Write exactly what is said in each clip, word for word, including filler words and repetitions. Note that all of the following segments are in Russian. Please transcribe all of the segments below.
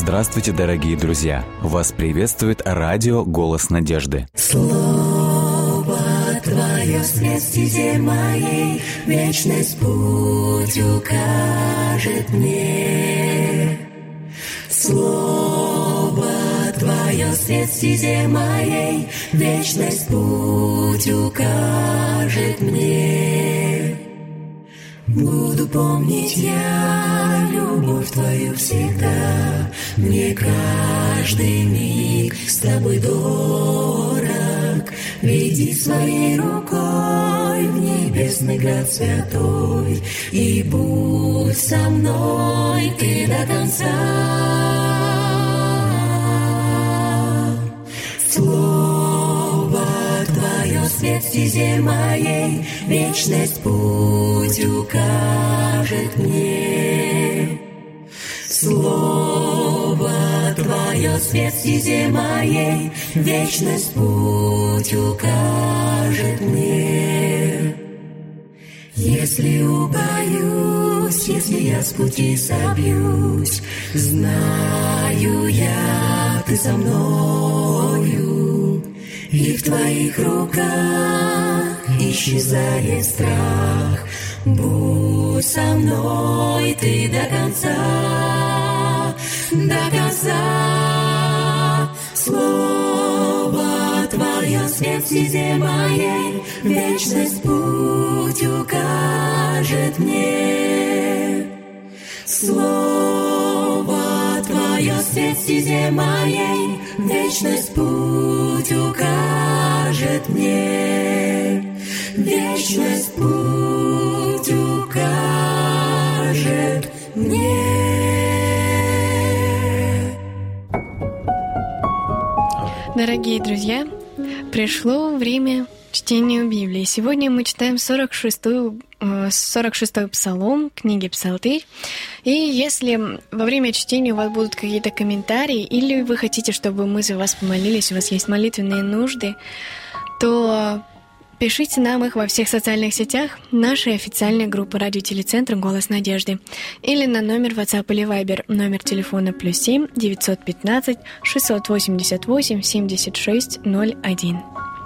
Здравствуйте, дорогие друзья! Вас приветствует радио «Голос надежды». Слово Твое свет стезе моей, вечность путь укажет мне. Слово Твое свет стезе моей, вечность путь укажет мне. Буду помнить я любовь Твою всегда, мне каждый миг с Тобой дорог. Веди своей рукой в небесный град святой, и будь со мной Ты до конца. Слово Твое свет стезе моей, вечность путь укажет мне. Слово Твое свет стезе моей, вечность путь укажет мне. Если убоюсь, если я с пути собьюсь, знаю я, Ты со мною, и в Твоих руках исчезает страх. Будь со мной Ты до конца, до конца. Слово Твое свет стезе моей, вечность путь укажет мне. Слово Твое свет стезе моей, вечность путь укажет мне. Вечность путь укажет мне. Дорогие друзья, пришло время чтения Библии. Сегодня мы читаем сорок шестой, сорок шестой псалом книги «Псалтырь». И если во время чтения у вас будут какие-то комментарии, или вы хотите, чтобы мы за вас помолились, у вас есть молитвенные нужды, то пишите нам их во всех социальных сетях нашей официальной группы радиотелецентра «Голос надежды» или на номер WhatsApp или Viber, номер телефона плюс семь девятьсот пятнадцать шестьсот восемьдесят восемь семьдесят шесть ноль один.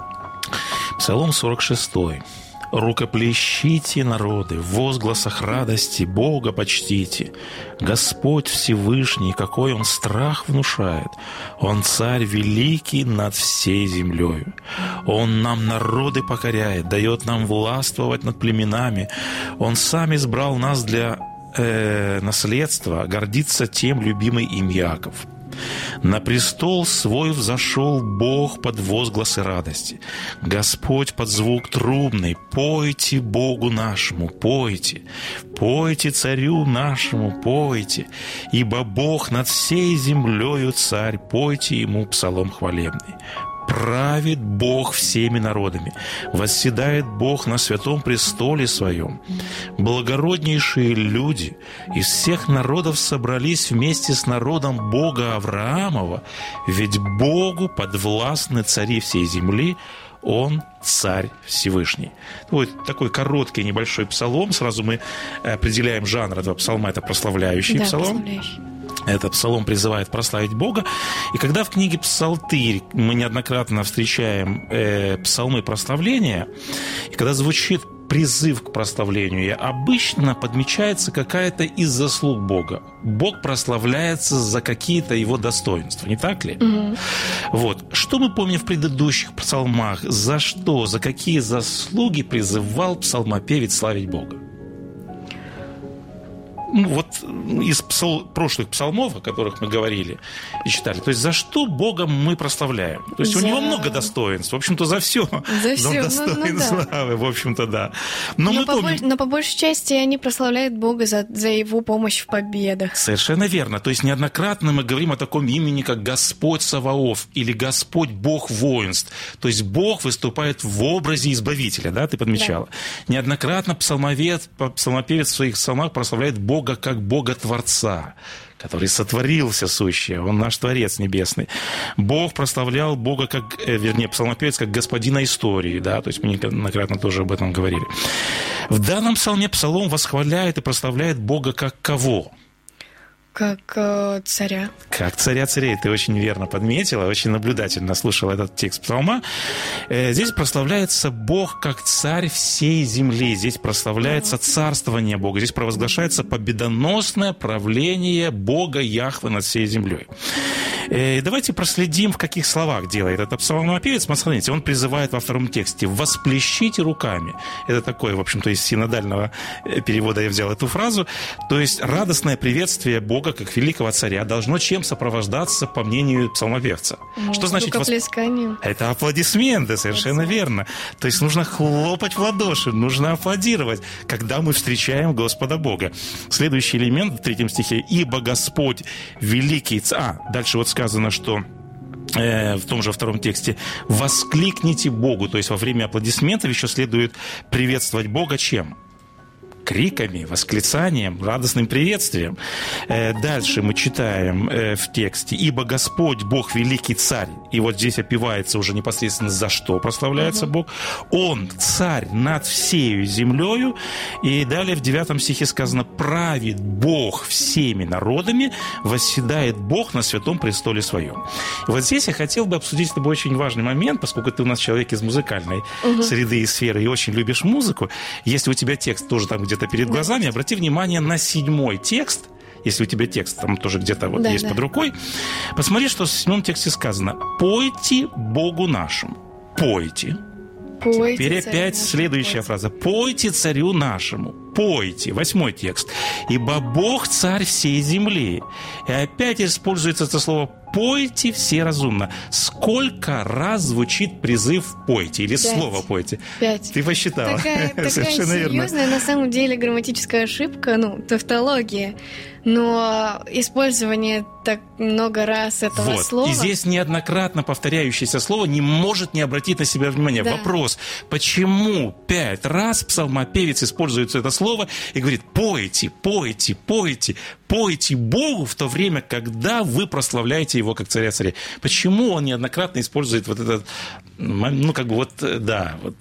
Псалом сорок шестой. «Рукоплещите, народы, в возгласах радости Бога почтите. Господь Всевышний, какой Он страх внушает! Он царь великий над всей землею. Он нам народы покоряет, дает нам властвовать над племенами. Он сам избрал нас для э, наследства, гордится тем любимый им Яков. На престол свой взошел Бог под возгласы радости. Господь под звук трубный. Пойте Богу нашему, пойте. Пойте царю нашему, пойте. Ибо Бог над всей землею царь. Пойте ему псалом хвалебный. Правит Бог всеми народами, восседает Бог на святом престоле Своем. Благороднейшие люди из всех народов собрались вместе с народом Бога Авраамова, ведь Богу подвластны цари всей земли, Он царь Всевышний». Вот такой короткий небольшой псалом. Сразу мы определяем жанр этого псалма. Это прославляющий да, псалом. Прославляющий. Этот псалом призывает прославить Бога. И когда в книге «Псалтырь» мы неоднократно встречаем э, псалмы прославления, и когда звучит призыв к прославлению, обычно подмечается какая-то из заслуг Бога. Бог прославляется за какие-то его достоинства, не так ли? Mm-hmm. Вот. Что мы помним в предыдущих псалмах? За что, за какие заслуги призывал псалмопевец славить Бога? Ну, вот из псал... прошлых псалмов, о которых мы говорили и читали, то есть за что Бога мы прославляем? То есть за... у него много достоинств, в общем-то, за все. За все, он достоин ну, ну, да. славы, в общем-то, да. Но, но, мы по помним... больш... но по большей части они прославляют Бога за, за его помощь в победах. Совершенно верно. То есть неоднократно мы говорим о таком имени, как Господь Саваоф или Господь Бог воинств. То есть Бог выступает в образе Избавителя, да, ты подмечала. Да. Неоднократно псалмовед, псалмопевец в своих псалмах прославляет Бога как Бога-творца, который сотворил все сущее, Он наш Творец Небесный. Бог прославлял Бога, как, вернее, псалмопевец, как господина истории, да, то есть мы неоднократно тоже об этом говорили. В данном псалме псалом восхваляет и прославляет Бога как кого? как э, царя. Как царя царей, ты очень верно подметила, очень наблюдательно слушала этот текст псалма. Здесь прославляется Бог как царь всей земли, здесь прославляется царствование Бога, здесь провозглашается победоносное правление Бога Яхве над всей землей. Давайте проследим, в каких словах делает этот псалмопевец. Смотрите, он призывает во втором тексте «восплещите руками». Это такое, в общем-то, из синодального перевода я взял эту фразу. То есть радостное приветствие Бога как великого царя должно чем сопровождаться, по мнению псалмопевца? Ну, что значит рукоплесканием? Это аплодисменты, совершенно верно. То есть нужно хлопать в ладоши, нужно аплодировать, когда мы встречаем Господа Бога. Следующий элемент в третьем стихе «Ибо Господь великий царь». А, дальше вот сказано, что э, в том же втором тексте «воскликните Богу». То есть во время аплодисментов еще следует приветствовать Бога чем? Криками, восклицанием, радостным приветствием. Дальше мы читаем в тексте «Ибо Господь, Бог, великий царь». И вот здесь опевается уже непосредственно, за что прославляется угу. Бог. Он царь над всею землею. И далее в девятом стихе сказано «Правит Бог всеми народами, восседает Бог на святом престоле своем». И вот здесь я хотел бы обсудить с тобой очень важный момент, поскольку ты у нас человек из музыкальной угу. среды и сферы и очень любишь музыку. Если у тебя текст тоже там где-то перед глазами, обрати внимание на седьмой текст. Если у тебя текст там тоже где-то вот да, есть да. под рукой, посмотри, что в седьмом тексте сказано. «Пойте Богу нашему». Пойте. Пойте. Теперь опять следующая пойте. фраза. «Пойте царю нашему». Пойте. Восьмой текст. «Ибо Бог царь всей земли». И опять используется это слово «пойте все разумно». Сколько раз звучит призыв «пойте» или Пять. слово «пойте»? Пять. Ты посчитала. Такая, такая Совершенно серьезная, верно. на самом деле, грамматическая ошибка, ну, тавтология. Но использование так много раз этого вот. слова... И здесь неоднократно повторяющееся слово не может не обратить на себя внимание. Да. Вопрос, почему пять раз псалмопевец использует это слово и говорит «пойте, пойте, пойте, пойте Богу в то время, когда вы прославляете Его как царя царей». Почему он неоднократно использует вот этот, ну, как бы вот, да, вот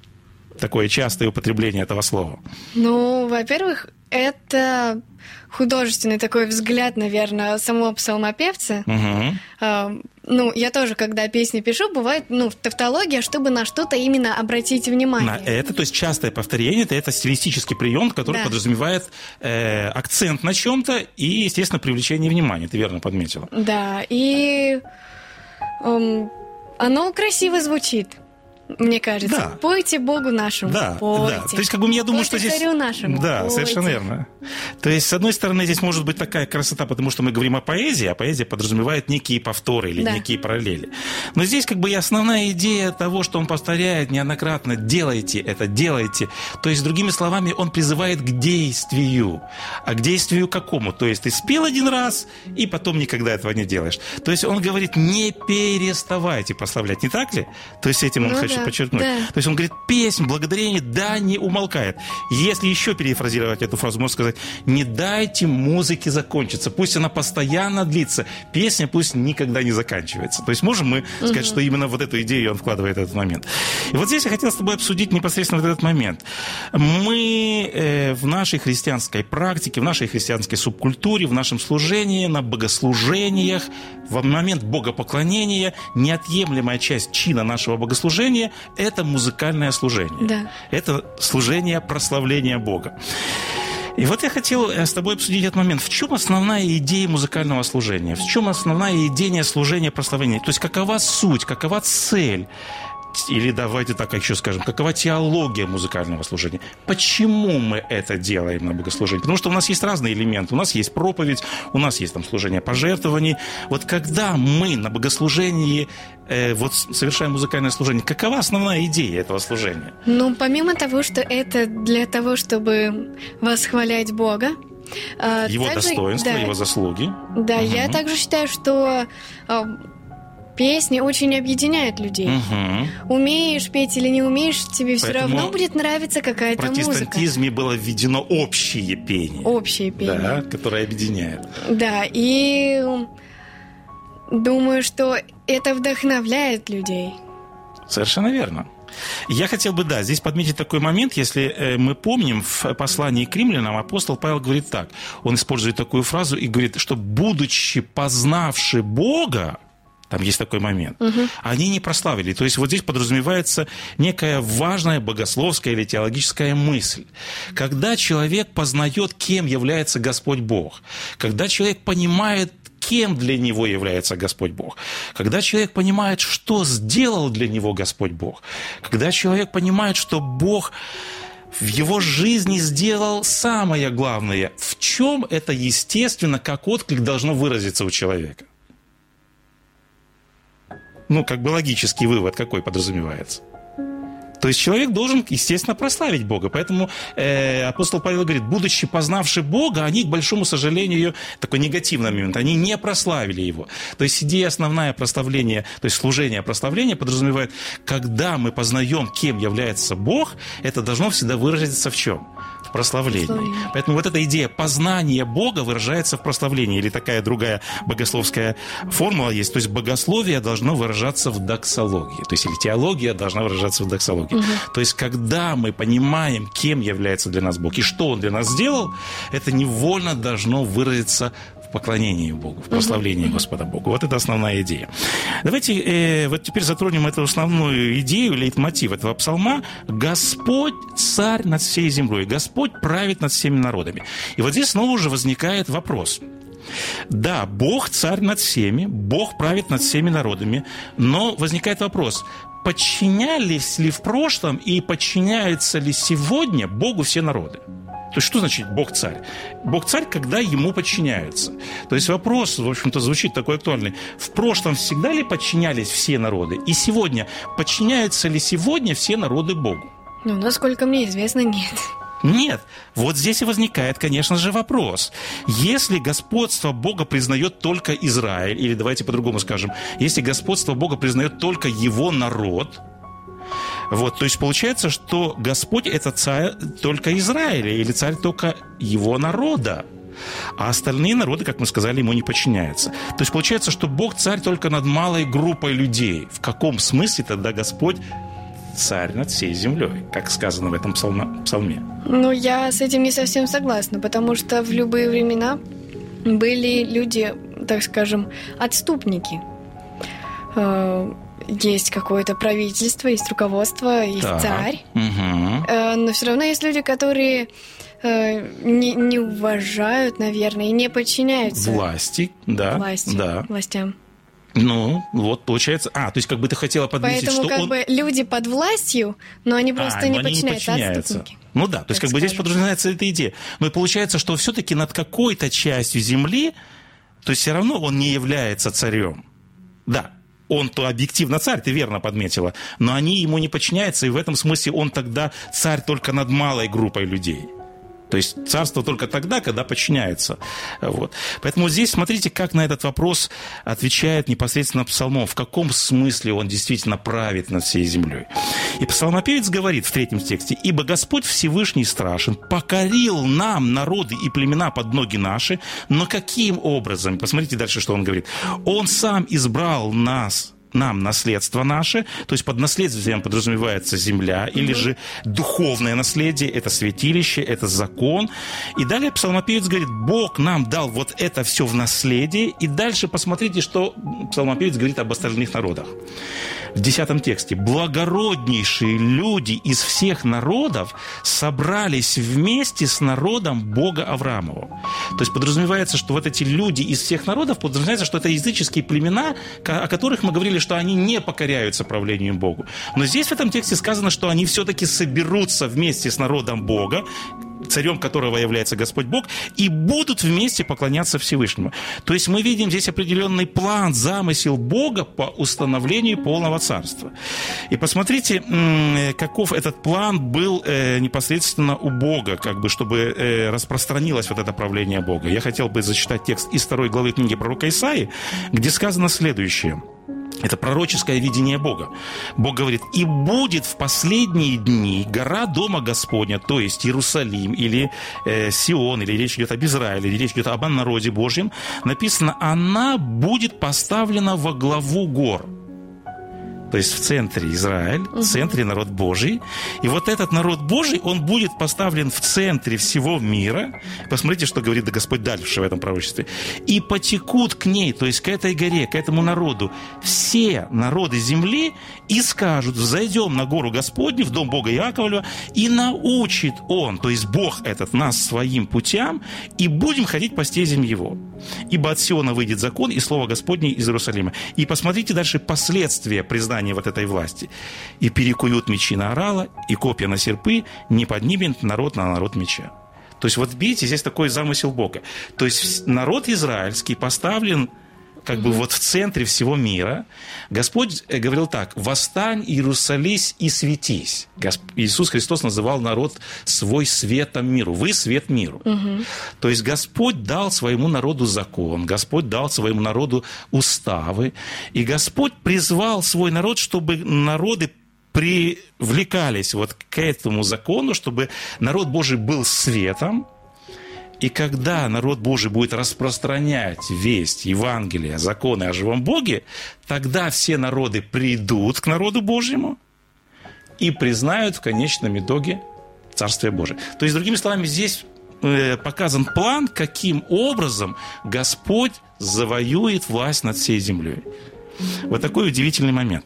такое частое употребление этого слова? Ну, во-первых, это художественный такой взгляд, наверное, самого псалмопевца. Угу. А, ну, я тоже, когда песни пишу, бывает, ну, тавтология, чтобы на что-то именно обратить внимание. На это, то есть частое повторение, это, это стилистический прием, который да. подразумевает э, акцент на чем-то и, естественно, привлечение внимания. Ты верно подметила. Да, и эм, оно красиво звучит. Мне кажется, да. пойте Богу нашему, да, пойте. Да. То есть, как бы, я думаю, пойте что здесь... царю нашему, Да, пойте. Совершенно верно. То есть, с одной стороны, здесь может быть такая красота, потому что мы говорим о поэзии, а поэзия подразумевает некие повторы или да. некие параллели. Но здесь, как бы, и основная идея того, что он повторяет неоднократно, делайте это, делайте. То есть, другими словами, он призывает к действию. А к действию какому? То есть, ты спел один раз, и потом никогда этого не делаешь. То есть, он говорит, не переставайте прославлять, не так ли? То есть, этим он ну, хочет да. подчеркнуть. Да. То есть он говорит, песнь, благодарение, да, не умолкает. Если еще перефразировать эту фразу, можно сказать, не дайте музыке закончиться. Пусть она постоянно длится. Песня пусть никогда не заканчивается. То есть можем мы угу. сказать, что именно вот эту идею он вкладывает в этот момент. И вот здесь я хотел с тобой обсудить непосредственно вот этот момент. Мы э, в нашей христианской практике, в нашей христианской субкультуре, в нашем служении, на богослужениях, в момент богопоклонения неотъемлемая часть чина нашего богослужения – это музыкальное служение. Да. Это служение прославления Бога. И вот я хотел с тобой обсудить этот момент. В чем основная идея музыкального служения? В чем основная идея служения прославления? То есть какова суть, какова цель? Или давайте так еще скажем, какова теология музыкального служения? Почему мы это делаем на богослужении? Потому что у нас есть разные элементы. У нас есть проповедь, у нас есть там служение пожертвований. Вот когда мы на богослужении э, вот, совершаем музыкальное служение, какова основная идея этого служения? Ну, помимо того, что это для того, чтобы восхвалять Бога, его также, достоинства, да, его заслуги. Да, угу. я также считаю, что песни очень объединяют людей. Угу. Умеешь петь или не умеешь, тебе все Поэтому равно будет нравиться какая-то музыка. В протестантизме было введено общее пение. Общее пение. Да, которое объединяет. Да, и думаю, что это вдохновляет людей. Совершенно верно. Я хотел бы, да, здесь подметить такой момент, если мы помним, в послании к римлянам апостол Павел говорит так, он использует такую фразу и говорит, что будучи познавши Бога, там есть такой момент, угу. они не прославили. То есть вот здесь подразумевается некая важная богословская или теологическая мысль. Когда человек познает, кем является Господь Бог, когда человек понимает, кем для него является Господь Бог, когда человек понимает, что сделал для него Господь Бог, когда человек понимает, что Бог в его жизни сделал самое главное, в чем это, естественно, как отклик должно выразиться у человека. Ну, как бы логический вывод какой подразумевается. То есть человек должен, естественно, прославить Бога. Поэтому э, апостол Павел говорит, будучи познавши Бога, они, к большому сожалению, такой негативный момент, они не прославили Его. То есть идея основная прославления, то есть служение прославления подразумевает, когда мы познаем, кем является Бог, это должно всегда выразиться в чем? В прославлении. Прославление. Поэтому вот эта идея познания Бога выражается в прославлении. Или такая другая богословская формула есть. То есть богословие должно выражаться в доксологии. То есть или теология должна выражаться в доксологии. Угу. То есть когда мы понимаем, кем является для нас Бог и что Он для нас сделал, это невольно должно выразиться в поклонении Богу, в прославлении uh-huh. Господа Богу. Вот это основная идея. Давайте э, вот теперь затронем эту основную идею, лейтмотив этого псалма. Господь царь над всей землей, Господь правит над всеми народами. И вот здесь снова уже возникает вопрос. Да, Бог царь над всеми, Бог правит над всеми народами, но возникает вопрос, подчинялись ли в прошлом и подчиняются ли сегодня Богу все народы? То есть, что значит Бог-царь? Бог-царь, когда ему подчиняются. То есть, вопрос, в общем-то, звучит такой актуальный. В прошлом всегда ли подчинялись все народы? И сегодня, подчиняются ли сегодня все народы Богу? Ну, насколько мне известно, нет. Нет. Вот здесь и возникает, конечно же, вопрос. Если господство Бога признает только Израиль, или давайте по-другому скажем, если господство Бога признает только его народ, вот, то есть получается, что Господь – это царь только Израиля, или царь только его народа, а остальные народы, как мы сказали, ему не подчиняются. То есть получается, что Бог царь только над малой группой людей. В каком смысле тогда Господь царь над всей землей, как сказано в этом псалме? Ну, я с этим не совсем согласна, потому что в любые времена были люди, так скажем, отступники. Есть какое-то правительство, есть руководство, есть так. царь. Угу. Но все равно есть люди, которые не, не уважают, наверное, и не подчиняются власти, да, власти, да. властям. Ну, вот получается... А, то есть как бы ты хотела подметить, Поэтому, что как он... бы люди под властью, но они просто а, не, они подчиняются, не подчиняются, отступники. Ну да, то есть как бы здесь подразумевается эта идея. Но и получается, что все-таки над какой-то частью земли, то есть все равно он не является царем. Да. Он-то объективно царь, ты верно подметила, но они ему не подчиняются, и в этом смысле он тогда царь только над малой группой людей. То есть царство только тогда, когда подчиняется. Вот. Поэтому здесь смотрите, как на этот вопрос отвечает непосредственно псалмом, в каком смысле он действительно правит над всей землей. И псалмопевец говорит в третьем тексте: «Ибо Господь Всевышний страшен, покорил нам народы и племена под ноги наши». Но каким образом? Посмотрите дальше, что он говорит. «Он сам избрал нас». Нам наследство наше, то есть под наследствием подразумевается земля, или же духовное наследие, это святилище, это закон. И далее псалмопевец говорит, Бог нам дал вот это все в наследие. И дальше посмотрите, что псалмопевец говорит об остальных народах. В десятом тексте. «Благороднейшие люди из всех народов собрались вместе с народом Бога Авраамова». То есть подразумевается, что вот эти люди из всех народов, подразумевается, что это языческие племена, о которых мы говорили, что они не покоряются правлению Богу. Но здесь в этом тексте сказано, что они все-таки соберутся вместе с народом Бога, царем которого является Господь Бог, и будут вместе поклоняться Всевышнему. То есть мы видим здесь определенный план, замысел Бога по установлению полного царства. И посмотрите, каков этот план был непосредственно у Бога, как бы, чтобы распространилось вот это правление Бога. Я хотел бы зачитать текст из второй главы книги пророка Исаии, где сказано следующее. Это пророческое видение Бога. Бог говорит, «И будет в последние дни гора Дома Господня, то есть Иерусалим или э, Сион, или речь идет об Израиле, или речь идет об народе Божьем, написано, она будет поставлена во главу гор». То есть в центре Израиль, в центре народ Божий. И вот этот народ Божий, он будет поставлен в центре всего мира. Посмотрите, что говорит Господь дальше в этом пророчестве. «И потекут к ней», то есть к этой горе, к этому народу, все народы земли и скажут: взойдем на гору Господню, в дом Бога Иаковлева, и научит Он, то есть Бог этот, нас своим путям, и будем ходить по стезям Его. Ибо от Сиона выйдет закон и слово Господне из Иерусалима». И посмотрите дальше последствия признания вот этой власти. «И перекуют мечи на орала, и копья на серпы, не поднимет народ на народ меча». То есть вот видите, здесь такой замысел Бога. То есть народ израильский поставлен как бы вот в центре всего мира. Господь говорил так: «Восстань, Иерусались, и светись». Госп... Иисус Христос называл народ свой светом миру. Вы свет миру. Угу. То есть Господь дал своему народу закон, Господь дал своему народу уставы, и Господь призвал свой народ, чтобы народы привлекались вот к этому закону, чтобы народ Божий был светом. И когда народ Божий будет распространять весть, Евангелие, законы о живом Боге, тогда все народы придут к народу Божьему и признают в конечном итоге Царствие Божие. То есть, другими словами, здесь показан план, каким образом Господь завоюет власть над всей землей. Вот такой удивительный момент.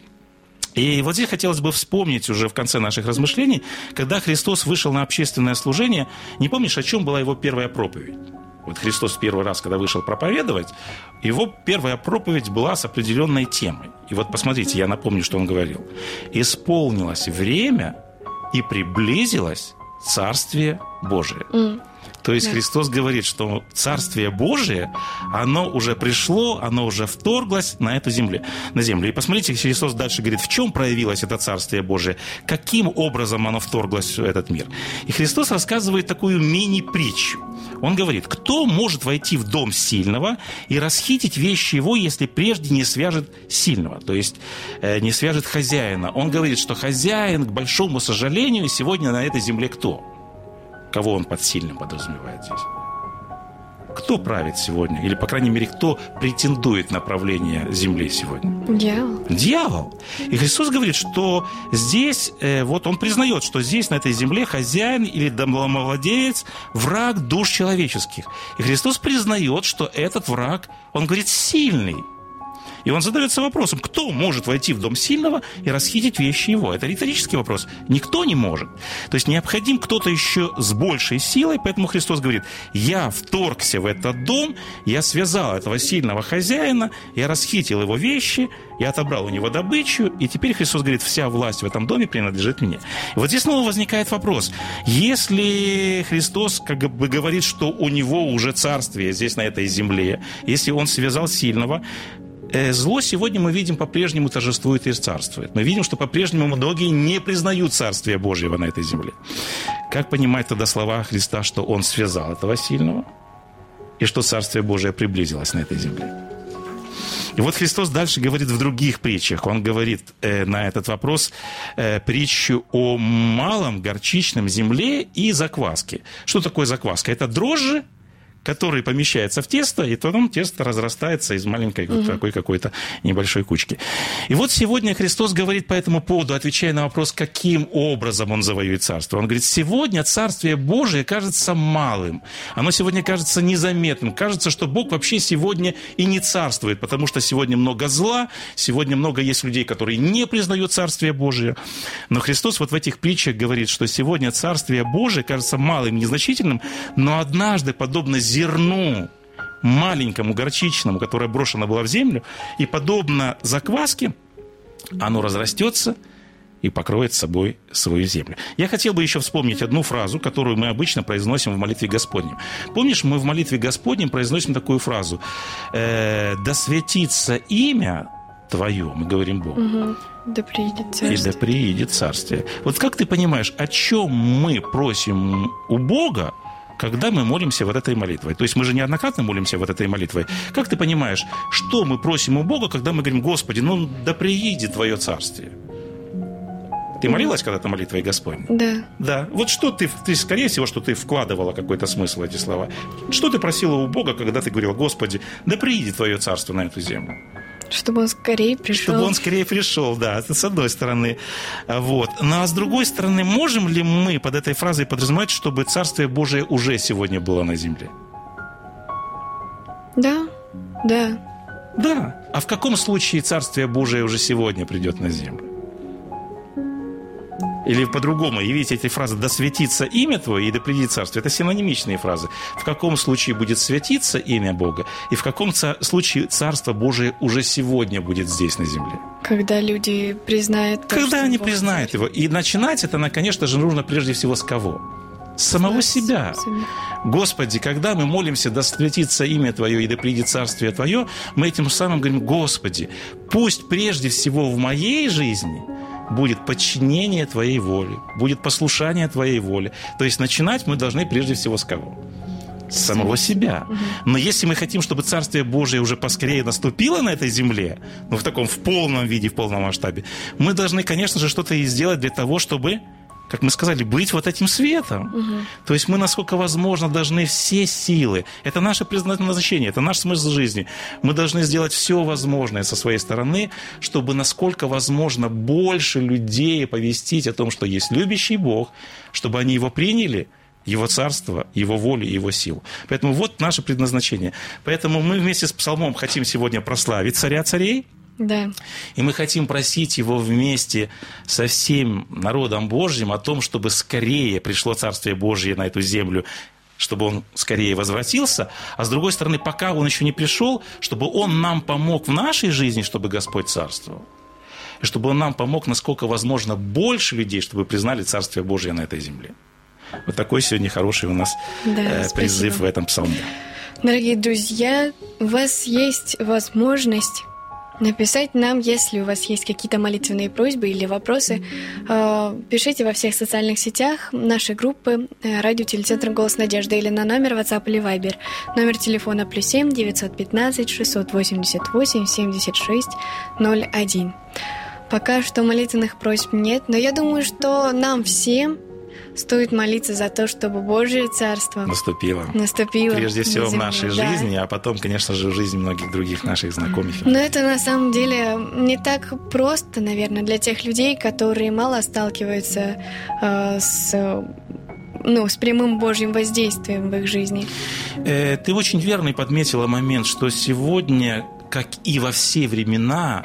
И вот здесь хотелось бы вспомнить уже в конце наших размышлений, когда Христос вышел на общественное служение. Не помнишь, о чем была его первая проповедь? Вот Христос первый раз, когда вышел проповедовать, его первая проповедь была с определенной темой. И вот посмотрите, я напомню, что он говорил. «Исполнилось время, и приблизилось Царствие Божие». Mm. То есть да. Христос говорит, что Царствие Божие, оно уже пришло, оно уже вторглось на эту землю, на землю. И посмотрите, Христос дальше говорит, в чем проявилось это Царствие Божие, каким образом оно вторглось в этот мир. И Христос рассказывает такую мини-притчу. Он говорит: кто может войти в дом сильного и расхитить вещи его, если прежде не свяжет сильного, то есть э, не свяжет хозяина. Он говорит, что хозяин, к большому сожалению, сегодня на этой земле кто? Кого он под сильным подразумевает здесь? Кто правит сегодня? Или, по крайней мере, кто претендует на правление земли сегодня? Дьявол. Дьявол. И Христос говорит, что здесь, э, вот он признает, что здесь, на этой земле, хозяин или домовладелец – враг душ человеческих. И Христос признает, что этот враг, он говорит, сильный. И он задается вопросом, кто может войти в дом сильного и расхитить вещи его? Это риторический вопрос. Никто не может. То есть необходим кто-то еще с большей силой, поэтому Христос говорит, я вторгся в этот дом, я связал этого сильного хозяина, я расхитил его вещи, я отобрал у него добычу, и теперь Христос говорит, вся власть в этом доме принадлежит мне. И вот здесь снова возникает вопрос. Если Христос как бы говорит, что у него уже царствие здесь, на этой земле, если он связал сильного, зло сегодня, мы видим, по-прежнему торжествует и царствует. Мы видим, что по-прежнему многие не признают Царствия Божьего на этой земле. Как понимать тогда слова Христа, что Он связал этого сильного, и что Царствие Божие приблизилось на этой земле? И вот Христос дальше говорит в других притчах. Он говорит э, на этот вопрос э, притчу о малом горчичном земле и закваске. Что такое закваска? Это дрожжи, который помещается в тесто, и потом тесто разрастается из маленькой угу. вот такой какой-то небольшой кучки. И вот сегодня Христос говорит по этому поводу, отвечая на вопрос, каким образом Он завоюет царство. Он говорит, сегодня Царствие Божие кажется малым. Оно сегодня кажется незаметным. Кажется, что Бог вообще сегодня и не царствует, потому что сегодня много зла, сегодня много есть людей, которые не признают Царствие Божие. Но Христос вот в этих притчах говорит, что сегодня Царствие Божие кажется малым, незначительным, но однажды, подобно зерну маленькому, горчичному, которое брошено было в землю, и подобно закваске, оно разрастется и покроет собой свою землю. Я хотел бы еще вспомнить одну фразу, которую мы обычно произносим в молитве Господней. Помнишь, мы в молитве Господней произносим такую фразу э, «Да светится имя Твое», мы говорим Богу. Угу. Да приидет царствие. И да приидет царствие. Вот как ты понимаешь, о чем мы просим у Бога, когда мы молимся вот этой молитвой? То есть мы же неоднократно молимся вот этой молитвой. Как ты понимаешь, что мы просим у Бога, когда мы говорим, Господи, ну да приидет Твое царствие? Ты молилась когда-то молитвой Господней? Да. Да. Вот что ты, ты, скорее всего, что ты вкладывала какой-то смысл в эти слова. Что ты просила у Бога, когда ты говорила, Господи, да приидет Твое царство на эту землю? Чтобы он скорее пришел. Чтобы он скорее пришел, да, это с одной стороны. Вот. Ну, а с другой стороны, можем ли мы под этой фразой подразумевать, чтобы Царствие Божие уже сегодня было на земле? Да, да. Да. А в каком случае Царствие Божие уже сегодня придет на землю? Или по-другому, и видите, эти фразы «да светится имя Твое» и «да придет царствие» – это синонимичные фразы. В каком случае будет светиться имя Бога, и в каком ца- случае Царство Божие уже сегодня будет здесь, на земле? Когда люди признают... То, Когда они Бог признают царь. Его. И начинать это, конечно же, нужно прежде всего с кого? С самого себя. Господи, когда мы молимся «да светится имя Твое и да придет царствие Твое», мы этим самым говорим: Господи, пусть прежде всего в моей жизни будет подчинение Твоей воле, будет послушание Твоей воле. То есть начинать мы должны прежде всего с кого? С самого себя. Но если мы хотим, чтобы Царствие Божие уже поскорее наступило на этой земле, ну, в таком, в полном виде, в полном масштабе, мы должны, конечно же, что-то и сделать для того, чтобы, как мы сказали, быть вот этим светом. Угу. То есть мы, насколько возможно, должны все силы, это наше предназначение, это наш смысл жизни, мы должны сделать все возможное со своей стороны, чтобы, насколько возможно, больше людей оповестить о том, что есть любящий Бог, чтобы они Его приняли, Его царство, Его волю и Его силу. Поэтому вот наше предназначение. Поэтому мы вместе с псалмом хотим сегодня прославить Царя царей. Да. И мы хотим просить Его вместе со всем народом Божьим о том, чтобы скорее пришло Царствие Божье на эту землю, чтобы Он скорее возвратился, а с другой стороны, пока Он еще не пришел, чтобы Он нам помог в нашей жизни, чтобы Господь царствовал, и чтобы Он нам помог, насколько возможно, больше людей, чтобы признали Царствие Божье на этой земле. Вот такой сегодня хороший у нас да, э, призыв в этом псалме. Дорогие друзья, у вас есть возможность написать нам, если у вас есть какие-то молитвенные просьбы или вопросы. Пишите во всех социальных сетях нашей группы радиотелецентр «Голос надежды» или на номер WhatsApp или Viber. Номер телефона плюс семь девятьсот пятнадцать шестьсот восемьдесят восемь семьдесят шесть ноль один. Пока что молитвенных просьб нет, но я думаю, что нам всем стоит молиться за то, чтобы Божие Царство наступило. наступило Прежде всего земле, в нашей да. жизни, а потом, конечно же, в жизни многих других наших знакомых. Но это на самом деле не так просто, наверное, для тех людей, которые мало сталкиваются э, с, ну, с прямым Божьим воздействием в их жизни. Э, ты очень верно подметила момент, что сегодня, как и во все времена,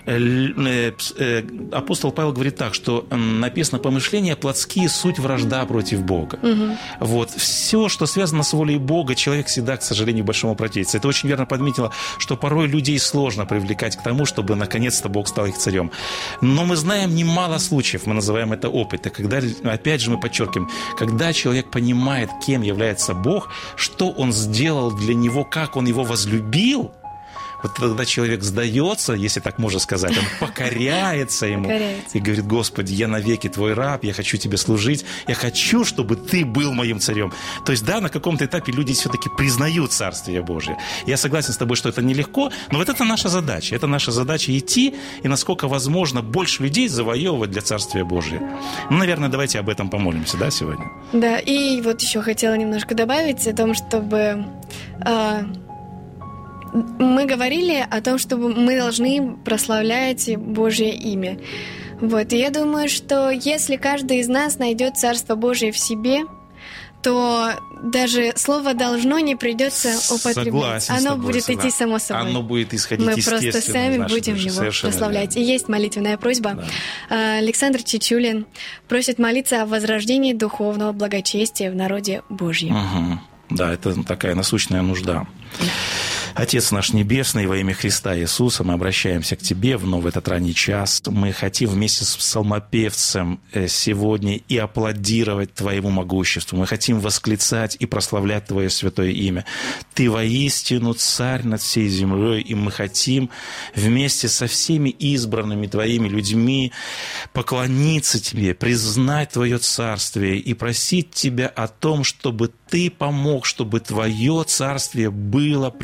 апостол Павел говорит так, что написано: помышления плотские, суть вражда против Бога. Угу. Вот. Все, что связано с волей Бога, человек всегда, к сожалению, большому противится. Это очень верно подметила, что порой людей сложно привлекать к тому, чтобы наконец-то Бог стал их царем. Но мы знаем немало случаев, мы называем это опыты, когда, опять же, мы подчеркиваем, когда человек понимает, кем является Бог, что Он сделал для него, как Он его возлюбил. Вот тогда человек сдается, если так можно сказать, он покоряется ему покоряется. И говорит: Господи, я навеки Твой раб, я хочу Тебе служить, я хочу, чтобы Ты был моим царем. То есть, да, на каком-то этапе люди все-таки признают Царствие Божие. Я согласен с тобой, что это нелегко, но вот это наша задача. Это наша задача идти и, насколько возможно, больше людей завоевывать для Царствия Божия. Ну, наверное, давайте об этом помолимся, да, сегодня? Да, и вот еще хотела немножко добавить о том, чтобы... Э... Мы говорили о том, чтобы мы должны прославлять Божье имя. Вот. И я думаю, что если каждый из нас найдет Царство Божие в себе, то даже слово «должно» не придется употреблять. Согласен Оно с тобой, будет идти само собой. Оно будет исходить Мы естественно. Мы просто сами будем души. его Совершенно прославлять. верно. И есть молитвенная просьба. Да. Александр Чичулин просит молиться о возрождении духовного благочестия в народе Божьем. Угу. Да, это такая насущная нужда. Отец наш Небесный, во имя Христа Иисуса, мы обращаемся к Тебе вновь в этот ранний час. Мы хотим вместе с псалмопевцем сегодня и аплодировать Твоему могуществу. Мы хотим восклицать и прославлять Твое святое имя. Ты воистину царь над всей землей, и мы хотим вместе со всеми избранными Твоими людьми поклониться Тебе, признать Твое царствие и просить Тебя о том, чтобы Ты помог, чтобы Твое царствие было прежде всего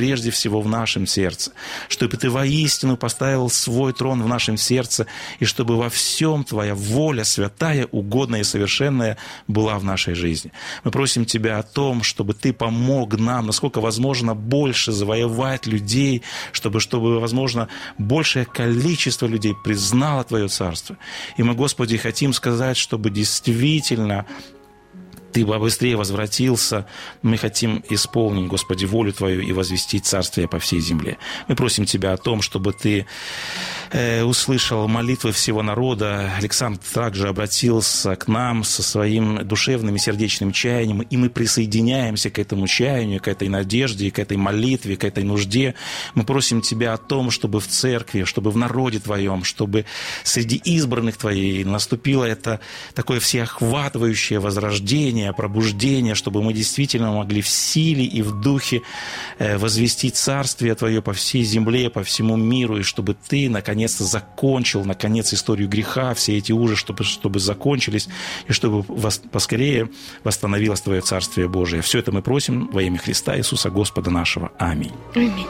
всего в нашем сердце, чтобы Ты воистину поставил свой трон в нашем сердце, и чтобы во всем Твоя воля святая, угодная и совершенная была в нашей жизни. Мы просим Тебя о том, чтобы Ты помог нам, насколько возможно, больше завоевать людей, чтобы, чтобы возможно, большее количество людей признало Твое Царство. И мы, Господи, хотим сказать, чтобы действительно Ты побыстрее возвратился. Мы хотим исполнить, Господи, волю Твою и возвестить Царствие по всей земле. Мы просим Тебя о том, чтобы Ты э, услышал молитвы всего народа. Александр также обратился к нам со своим душевным и сердечным чаянием, и мы присоединяемся к этому чаянию, к этой надежде, к этой молитве, к этой нужде. Мы просим Тебя о том, чтобы в церкви, чтобы в народе Твоем, чтобы среди избранных Твоих наступило это такое всеохватывающее возрождение, пробуждение, чтобы мы действительно могли в силе и в духе возвестить Царствие Твое по всей земле, по всему миру, и чтобы Ты наконец-то закончил, наконец, историю греха, все эти ужасы, чтобы, чтобы закончились, и чтобы поскорее восстановилось Твое Царствие Божие. Все это мы просим во имя Христа Иисуса Господа нашего. Аминь. Аминь.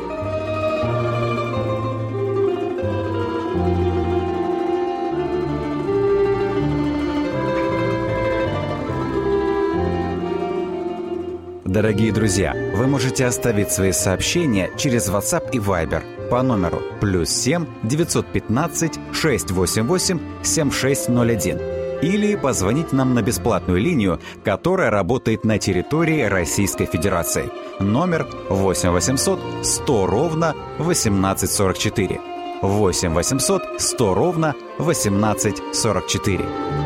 Дорогие друзья, вы можете оставить свои сообщения через WhatsApp и Viber по номеру плюс семь девятьсот пятнадцать шестьсот восемьдесят восемь семьдесят шесть ноль один или позвонить нам на бесплатную линию, которая работает на территории Российской Федерации. Номер восемь восемьсот сто ровно восемнадцать сорок четыре. восемь восемьсот сто ровно восемнадцать сорок четыре.